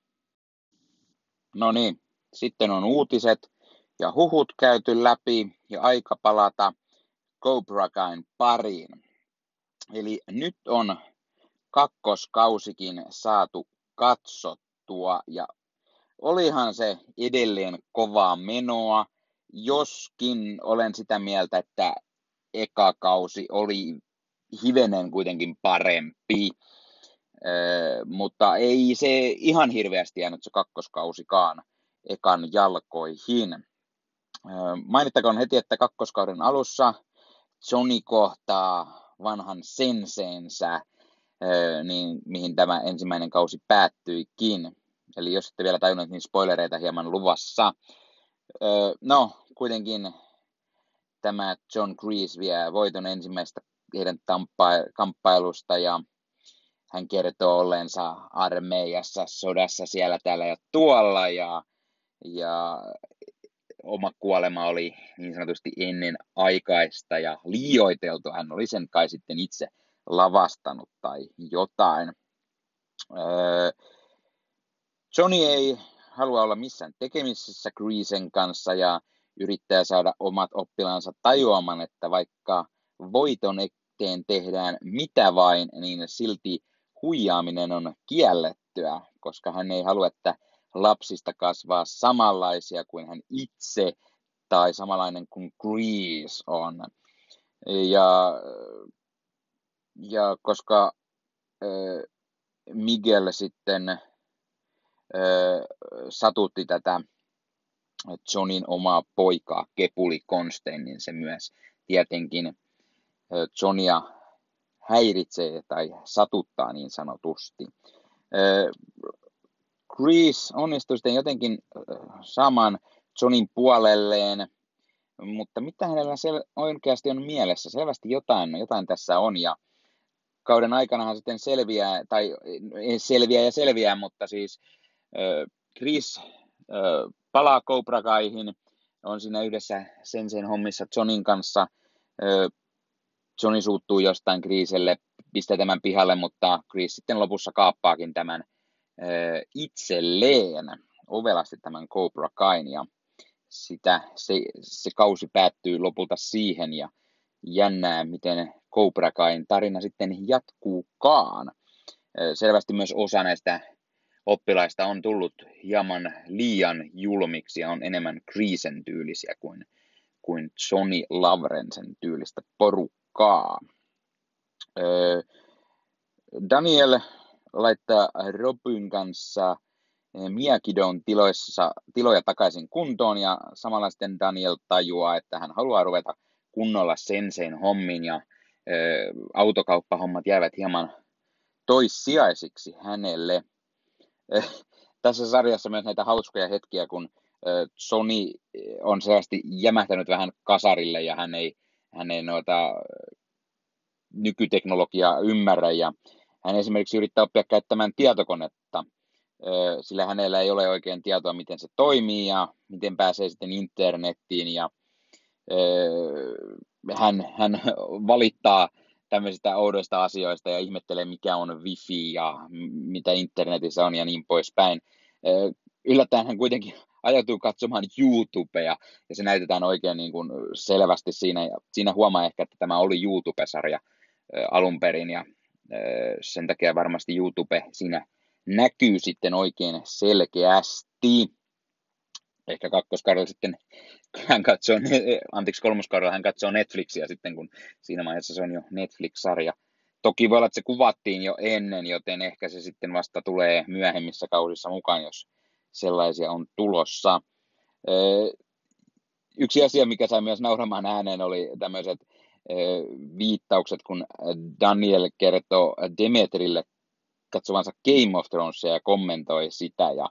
No niin, sitten on uutiset ja huhut käyty läpi ja aika palata Cobra Kain pariin. Eli nyt on kakkoskausikin saatu katsottua ja olihan se edelleen kovaa menoa, joskin olen sitä mieltä, että eka kausi oli hivenen kuitenkin parempi, öö, mutta ei se ihan hirveästi jäänyt se kakkoskausikaan ekan jalkoihin. Öö, mainittakoon heti, että kakkoskauden alussa Johnny kohtaa vanhan senseensä, öö, niin, mihin tämä ensimmäinen kausi päättyikin. Eli jos ette vielä tajunnut, niin spoilereita hieman luvassa. Öö, no, kuitenkin tämä John Kreese vie voiton ensimmäistä heidän kamppailusta ja hän kertoo olleensa armeijassa, sodassa siellä täällä ja tuolla ja, ja oma kuolema oli niin sanotusti ennen aikaista ja liioiteltu. Hän oli sen kai sitten itse lavastanut tai jotain. Öö, Johnny ei halua olla missään tekemisissä Kreesen kanssa ja yrittää saada omat oppilaansa tajuamaan, että vaikka voiton eteen tehdään mitä vain, niin silti huijaaminen on kiellettyä, koska hän ei halua, että lapsista kasvaa samanlaisia kuin hän itse tai samanlainen kuin Kreese on. Ja, ja koska äh, Miguel sitten äh, satutti tätä Johnin omaa poikaa Kepuli Konstein, niin se myös tietenkin Johnia häiritsee tai satuttaa niin sanotusti. Kreese onnistui sitten jotenkin saamaan Johnin puolelleen, mutta mitä hänellä sel- oikeasti on mielessä? Selvästi jotain, jotain tässä on, ja kauden aikanahan sitten selviää, tai selviää ja selviää, mutta siis Kreese palaa Cobra Kaihin, on siinä yhdessä Senseen hommissa Johnin kanssa. Johnny suuttuu jostain Kreeselle, pistää tämän pihalle, mutta Kreese sitten lopussa kaappaakin tämän itselleen, ovelasti tämän Cobra Kain. Ja sitä, se, se kausi päättyy lopulta siihen ja jännää, miten Cobra Kain tarina sitten jatkuukaan. Selvästi myös osa näistä oppilaista on tullut hieman liian julmiksi ja on enemmän Greasen tyylisiä kuin, kuin Johnny Lawrencen tyylistä porukkaa. Daniel laittaa Robyn kanssa Miyagi-Don tiloissa, tiloja takaisin kuntoon ja samalla sitten Daniel tajuaa, että hän haluaa ruveta kunnolla sensein hommiin ja ö, autokauppahommat jäävät hieman toissijaisiksi hänelle. Tässä sarjassa myös näitä hauskoja hetkiä, kun Sony on selvästi jämähtänyt vähän kasarille ja hän ei, hän ei noita nykyteknologiaa ymmärrä ja hän esimerkiksi yrittää oppia käyttämään tietokonetta, sillä hänellä ei ole oikein tietoa, miten se toimii ja miten pääsee sitten internettiin ja hän, hän valittaa tämmöisistä oudoista asioista ja ihmettelee, mikä on wifi ja mitä internetissä on ja niin poispäin. Yllättäen hän kuitenkin ajautuu katsomaan YouTubea ja se näytetään oikein niin kuin selvästi siinä. Ja siinä huomaa ehkä, että tämä oli YouTube-sarja alun perin ja sen takia varmasti YouTube siinä näkyy sitten oikein selkeästi. Ehkä kakkoskaudella sitten hän katsoo, anteeksi kolmoskaudella hän katsoo Netflixiä sitten, kun siinä vaiheessa se on jo Netflix-sarja. Toki voi olla, että se kuvattiin jo ennen, joten ehkä se sitten vasta tulee myöhemmissä kausissa mukaan, jos sellaisia on tulossa. Yksi asia, mikä sai myös nauramaan ääneen, oli tämmöiset viittaukset, kun Daniel kertoo Demetrille katsovansa Game of Thronesia ja kommentoi sitä, ja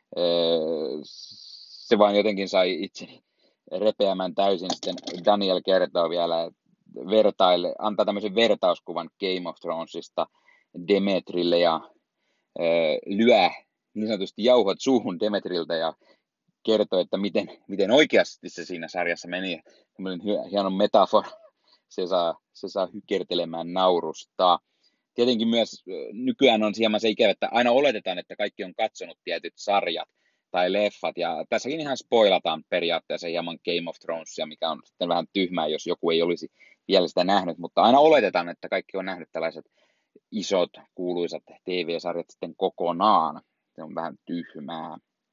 se vain jotenkin sai itseni repeämään täysin. Sitten Daniel kertoo vielä, vertaille, antaa tämmöisen vertauskuvan Game of Thronesista Demetrille ja lyö niin sanotusti jauhot suuhun Demetriltä ja kertoo, että miten, miten oikeasti se siinä sarjassa meni. Tämmöinen hieno metafora. Se saa, se saa hykertelemään naurusta. Tietenkin myös nykyään on hieman se ikävä, että aina oletetaan, että kaikki on katsonut tietyt sarjat tai leffat. Ja tässäkin ihan spoilataan periaatteessa hieman Game of Thronesia, mikä on sitten vähän tyhmää, jos joku ei olisi vielä sitä nähnyt. Mutta aina oletetaan, että kaikki on nähnyt tällaiset isot, kuuluisat T V-sarjat sitten kokonaan. Se on vähän tyhmää.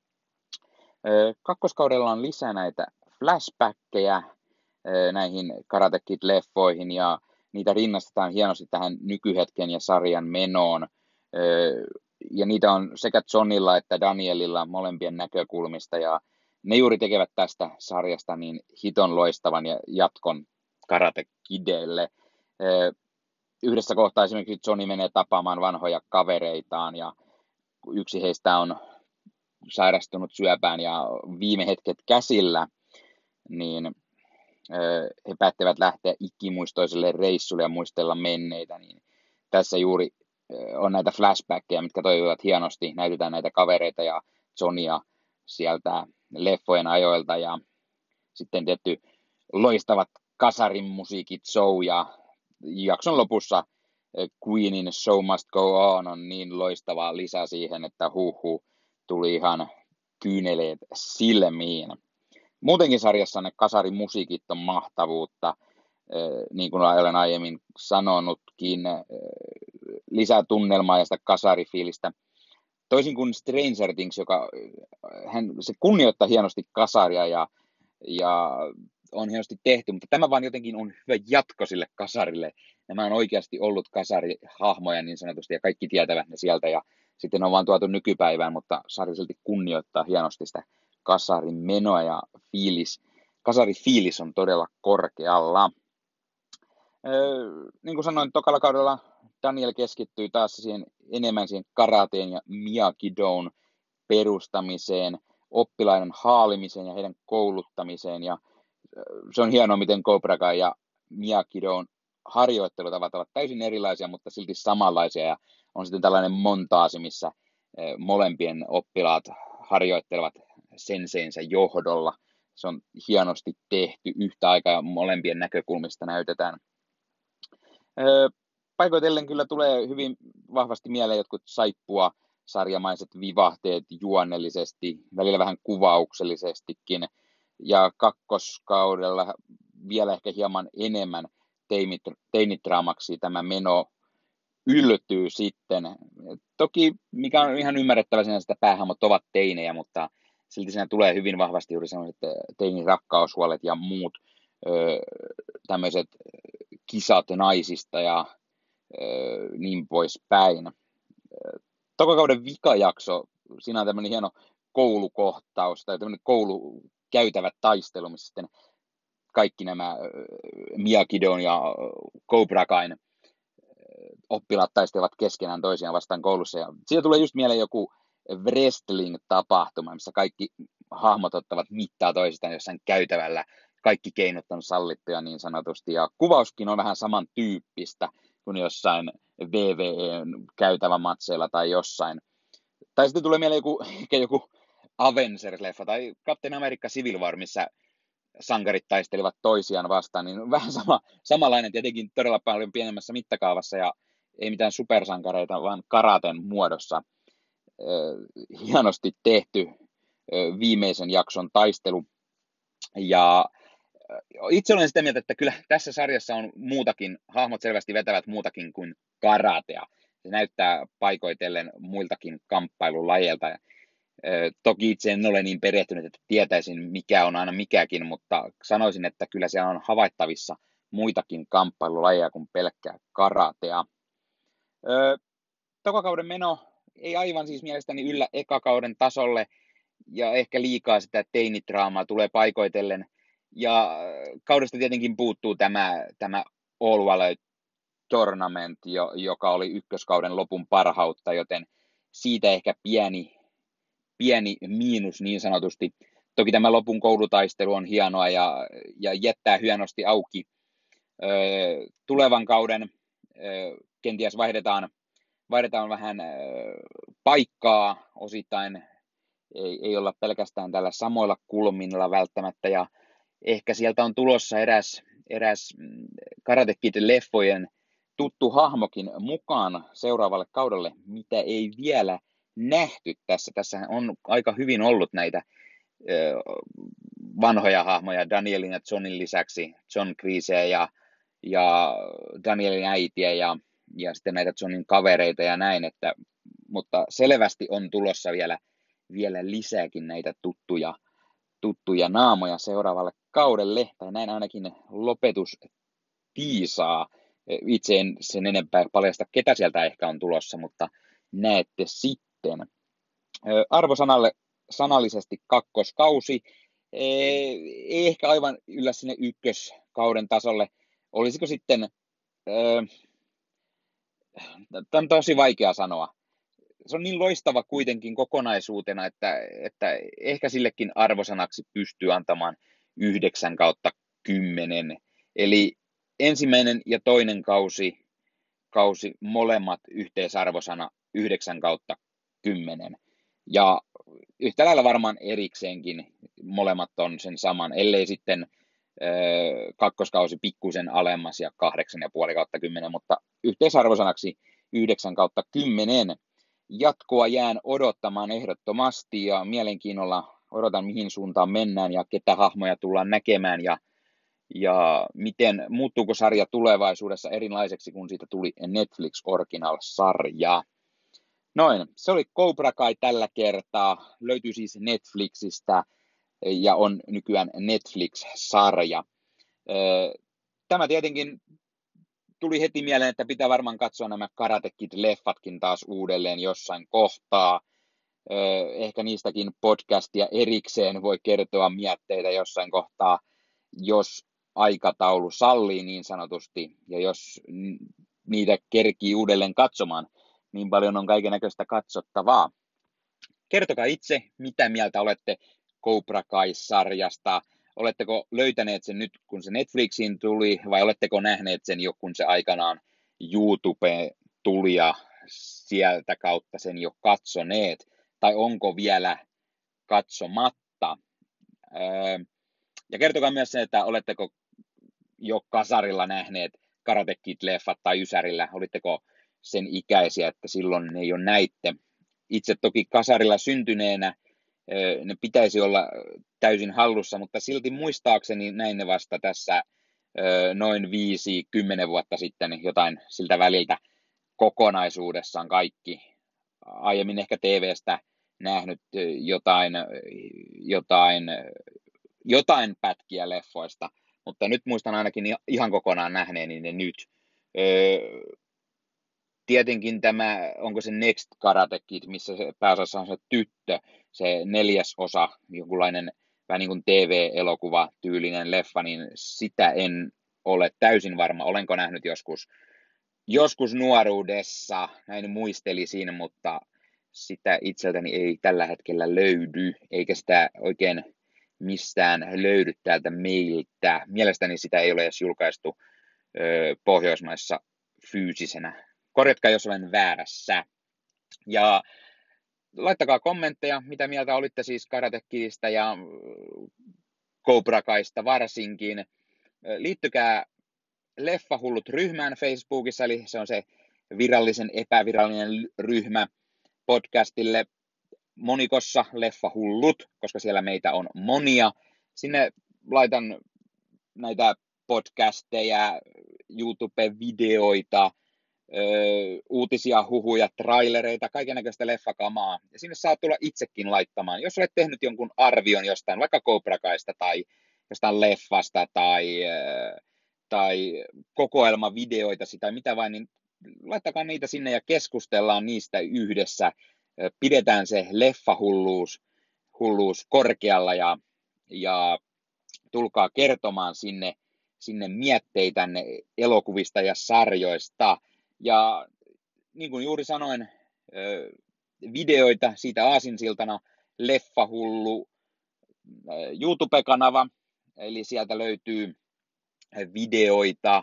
Kakkoskaudella on lisää näitä flashbackkejä näihin Karate Kid-leffoihin ja niitä rinnastetaan hienosti tähän nykyhetken ja sarjan menoon. Ja niitä on sekä Johnilla että Danielilla molempien näkökulmista ja ne juuri tekevät tästä sarjasta niin hiton loistavan ja jatkon Karate Kidille. Yhdessä kohtaa esimerkiksi Johnny menee tapaamaan vanhoja kavereitaan ja yksi heistä on sairastunut syöpään ja viime hetket käsillä, niin he päättävät lähteä ikimuistoiselle reissulle ja muistella menneitä. Niin tässä juuri on näitä flashbackkejä, mitkä toimivat hienosti. Näytetään näitä kavereita ja Johnia sieltä leffojen ajoilta ja sitten tietty loistavat kasarin musiikit show ja jakson lopussa Queenin Show Must Go On on niin loistava lisä siihen, että huhu tuli ihan kyyneleet silmiin. Muutenkin sarjassa ne kasarimusiikit on mahtavuutta, niin kuin olen aiemmin sanonutkin, lisää tunnelmaa ja sitä kasarifiilistä. Toisin kuin Stranger Things, joka hän, se kunnioittaa hienosti kasaria ja, ja on hienosti tehty, mutta tämä vaan jotenkin on hyvä jatko sille kasarille. Nämä on oikeasti ollut kasarihahmoja niin sanotusti ja kaikki tietävät ne sieltä ja sitten on vaan tuotu nykypäivään, mutta sarja silti kunnioittaa hienosti sitä kasarin menoa ja fiilis, kasarifiilis on todella korkealla. Öö, niin kuin sanoin, tokalla kaudella Daniel keskittyy taas siihen, enemmän siihen karateen ja Miyagi-Don perustamiseen, oppilaiden haalimiseen ja heidän kouluttamiseen. Ja se on hienoa, miten Cobra Kai ja Miyagi-Don harjoittelutavat ovat täysin erilaisia, mutta silti samanlaisia. Ja on sitten tällainen montaasi, missä molempien oppilaat harjoittelevat senseensä johdolla. Se on hienosti tehty yhtä aikaa ja molempien näkökulmista näytetään. Paikoitellen kyllä tulee hyvin vahvasti mieleen jotkut saippua sarjamaiset vivahteet juonnellisesti, välillä vähän kuvauksellisestikin. ja kakkoskaudella vielä ehkä hieman enemmän teinidraamaksi tämä meno yltyy sitten. Toki, mikä on ihan ymmärrettävä sinänsä, että päähahmot ovat teinejä, mutta silti siinä tulee hyvin vahvasti juuri sellaiset teinirakkaushuolet ja muut ö, tämmöiset kisat naisista ja ö, niin poispäin. Tokokauden vikajakso, siinä on tämmöinen hieno koulukohtaus tai tämmöinen koulukäytävä taistelu, missä sitten kaikki nämä Miyagi-Don ja Cobra Kain oppilaat taistelevat keskenään toisiaan vastaan koulussa. Ja siitä tulee just mieleen joku wrestling-tapahtuma, missä kaikki hahmot ottavat mittaa toisistaan jossain käytävällä. Kaikki keinot on sallittuja niin sanotusti. Ja kuvauskin on vähän samantyyppistä kuin jossain V V E-käytävämatseilla tai jossain. Tai sitten tulee mieleen joku, ehkä joku Avengers-leffa tai Captain America Civil War, missä sankarit taistelivat toisiaan vastaan, niin vähän sama, samanlainen tietenkin todella paljon pienemmässä mittakaavassa ja ei mitään supersankareita, vaan karaten muodossa hienosti tehty viimeisen jakson taistelu. Ja itse olen sitä mieltä, että kyllä tässä sarjassa on muutakin, hahmot selvästi vetävät muutakin kuin karatea. Se näyttää paikoitellen muiltakin kamppailulajeilta. Toki itse en ole niin perehtynyt, että tietäisin mikä on aina mikäkin, mutta sanoisin, että kyllä siellä on havaittavissa muitakin kamppailulajeja kuin pelkkää karatea. Tokokauden meno ei aivan siis mielestäni yllä ekakauden tasolle ja ehkä liikaa sitä teinidraamaa tulee paikoitellen. Ja kaudesta tietenkin puuttuu tämä, tämä All Valley Tournament, joka oli ykköskauden lopun parhautta, joten siitä ehkä pieni pieni miinus niin sanotusti. Toki tämä lopun koulutaistelu on hienoa ja, ja jättää hienosti auki ö, tulevan kauden. Ö, kenties vaihdetaan, vaihdetaan vähän ö, paikkaa osittain. Ei, ei olla pelkästään tällä samoilla kulmilla välttämättä. Ja ehkä sieltä on tulossa eräs, eräs Karate Kid-leffojen tuttu hahmokin mukaan seuraavalle kaudelle, mitä ei vielä nähty tässä. Tässä on aika hyvin ollut näitä ö, vanhoja hahmoja Danielin ja Johnin lisäksi, John Kreeseä ja, ja Danielin äitiä ja, ja sitten näitä Johnin kavereita ja näin, että, mutta selvästi on tulossa vielä, vielä lisääkin näitä tuttuja, tuttuja naamoja seuraavalle kaudelle, tai näin ainakin lopetus tiisaa. Itse en sen enempää paljasta, ketä sieltä ehkä on tulossa, mutta näette sitten. Arvosanalle sanallisesti kakkoskausi. Ei ehkä aivan yllä sinne ykköskauden tasolle. Olisiko sitten, tämä on tosi vaikea sanoa. Se on niin loistava kuitenkin kokonaisuutena, että, että ehkä sillekin arvosanaksi pystyy antamaan yhdeksän kautta kymmenen. Eli ensimmäinen ja toinen kausi, kausi molemmat yhteisarvosana yhdeksän kautta kymmenen. Ja yhtä lailla varmaan erikseenkin molemmat on sen saman, ellei sitten ö, kakkoskausi pikkusen alemmas ja kahdeksan ja puoli kautta kymmenen, mutta yhteisarvosanaksi yhdeksän kautta kymmenen. Jatkoa jään odottamaan ehdottomasti ja mielenkiinnolla odotan mihin suuntaan mennään ja ketä hahmoja tullaan näkemään ja, ja miten muuttuuko sarja tulevaisuudessa erilaiseksi, kun siitä tuli Netflix Original-sarja. Noin, se oli Cobra Kai tällä kertaa. Löytyy siis Netflixistä ja on nykyään Netflix-sarja. Tämä tietenkin tuli heti mieleen, että pitää varmaan katsoa nämä Karate Kid-leffatkin taas uudelleen jossain kohtaa. Ehkä niistäkin podcastia erikseen voi kertoa mietteitä jossain kohtaa, jos aikataulu sallii niin sanotusti, ja jos niitä kerkii uudelleen katsomaan. Niin paljon on kaiken näköistä katsottavaa. Kertokaa itse, mitä mieltä olette Cobra Kai-sarjasta. Oletteko löytäneet sen nyt, kun se Netflixiin tuli, vai oletteko nähneet sen jo, kun se aikanaan YouTubeen tuli ja sieltä kautta sen jo katsoneet, tai onko vielä katsomatta. Ja kertokaa myös se, että oletteko jo kasarilla nähneet Karate Kid-leffat tai Ysärillä, olitteko sen ikäisiä, että silloin ne jo näitte. Itse toki kasarilla syntyneenä ne pitäisi olla täysin hallussa, mutta silti muistaakseni näin ne vasta tässä noin viisi, kymmenen vuotta sitten jotain siltä väliltä kokonaisuudessaan kaikki. Aiemmin ehkä T V:stä nähnyt jotain, jotain, jotain pätkiä leffoista, mutta nyt muistan ainakin ihan kokonaan nähneeni ne nyt. Tietenkin tämä, onko se Next Karate Kid, missä se pääosassa on se tyttö, se neljäs osa, jonkunlainen vähän niin kuin T V-elokuva tyylinen leffa, niin sitä en ole täysin varma. Olenko nähnyt joskus, joskus nuoruudessa, näin muistelisin, mutta sitä itseltäni ei tällä hetkellä löydy, eikä sitä oikein mistään löydy täältä meiltä. Mielestäni sitä ei ole edes julkaistu ö, Pohjoismaissa fyysisenä. Korjatkaa, jos olen väärässä. Ja laittakaa kommentteja, mitä mieltä olitte siis Karate Kidistä ja Cobra Kaista varsinkin. Liittykää Leffahullut ryhmään Facebookissa, eli se on se virallisen epävirallinen ryhmä podcastille monikossa Leffahullut, koska siellä meitä on monia. Sinne laitan näitä podcasteja, YouTube-videoita, uutisia, huhuja, trailereita, kaikennäköistä leffakamaa. Ja sinne saa tulla itsekin laittamaan. Jos olet tehnyt jonkun arvion jostain, vaikka Cobra Kaista tai jostain leffasta tai, tai kokoelmavideoita tai mitä vain, niin laittakaa niitä sinne ja keskustellaan niistä yhdessä. Pidetään se leffahulluus hulluus korkealla ja, ja tulkaa kertomaan sinne, sinne mietteitänne elokuvista ja sarjoista. Ja niin kuin juuri sanoin, videoita siitä aasinsiltana Leffahullu YouTube-kanava, eli sieltä löytyy videoita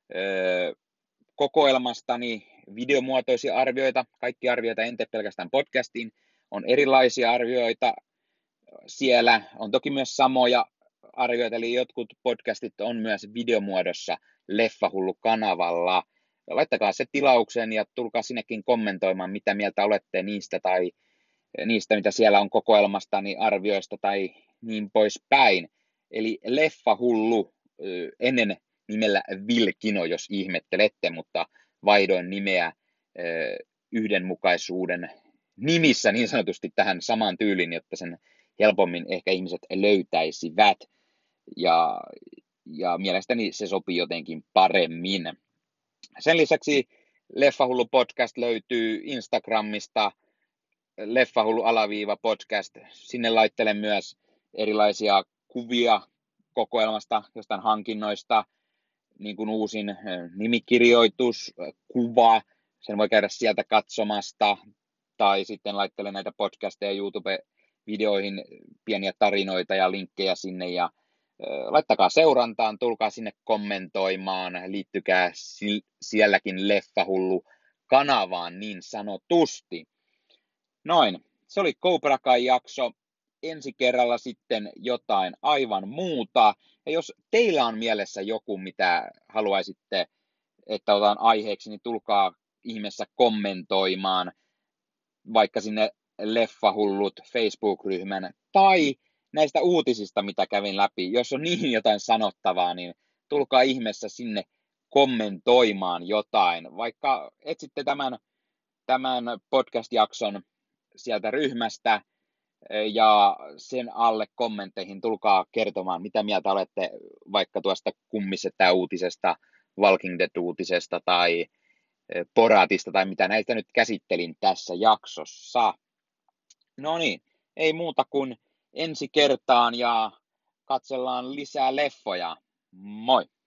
kokoelmastani, videomuotoisia arvioita, kaikki arvioita, en tee pelkästään podcastiin, on erilaisia arvioita siellä, on toki myös samoja arvioita, eli jotkut podcastit on myös videomuodossa Leffahullu-kanavalla. Laittakaa se tilaukseen ja tulkaa sinnekin kommentoimaan, mitä mieltä olette niistä tai niistä, mitä siellä on kokoelmastani arvioista tai niin poispäin. Eli Leffahullu, ennen nimellä Vilkino, jos ihmettelette, mutta vaihdoin nimeä yhdenmukaisuuden nimissä niin sanotusti tähän samaan tyyliin, jotta sen helpommin ehkä ihmiset löytäisivät. Ja, ja mielestäni se sopii jotenkin paremmin. Sen lisäksi Leffahullu podcast löytyy Instagramista, Leffahullu alaviiva podcast. Sinne laittelen myös erilaisia kuvia kokoelmasta, jostain hankinnoista, niin kuin uusin nimikirjoitus, kuva, sen voi käydä sieltä katsomasta, tai sitten laittelen näitä podcasteja YouTube-videoihin, pieniä tarinoita ja linkkejä sinne, ja laittakaa seurantaan, tulkaa sinne kommentoimaan, liittykää sielläkin Leffahullu kanavaan niin sanotusti. Noin, se oli Cobra Kai jakso. Ensi kerralla sitten jotain aivan muuta. Ja jos teillä on mielessä joku, mitä haluaisitte, että otan aiheeksi, niin tulkaa ihmeessä kommentoimaan vaikka sinne Leffahullut Facebook-ryhmän tai näistä uutisista, mitä kävin läpi. Jos on niihin jotain sanottavaa, niin tulkaa ihmeessä sinne kommentoimaan jotain. Vaikka etsitte tämän, tämän podcast-jakson sieltä ryhmästä ja sen alle kommentteihin tulkaa kertomaan, mitä mieltä olette vaikka tuosta kummisetä-uutisesta, Walking Dead-uutisesta tai Boratista tai mitä näistä nyt käsittelin tässä jaksossa. No niin, ei muuta kuin ensi kertaan ja katsellaan lisää leffoja. Moi!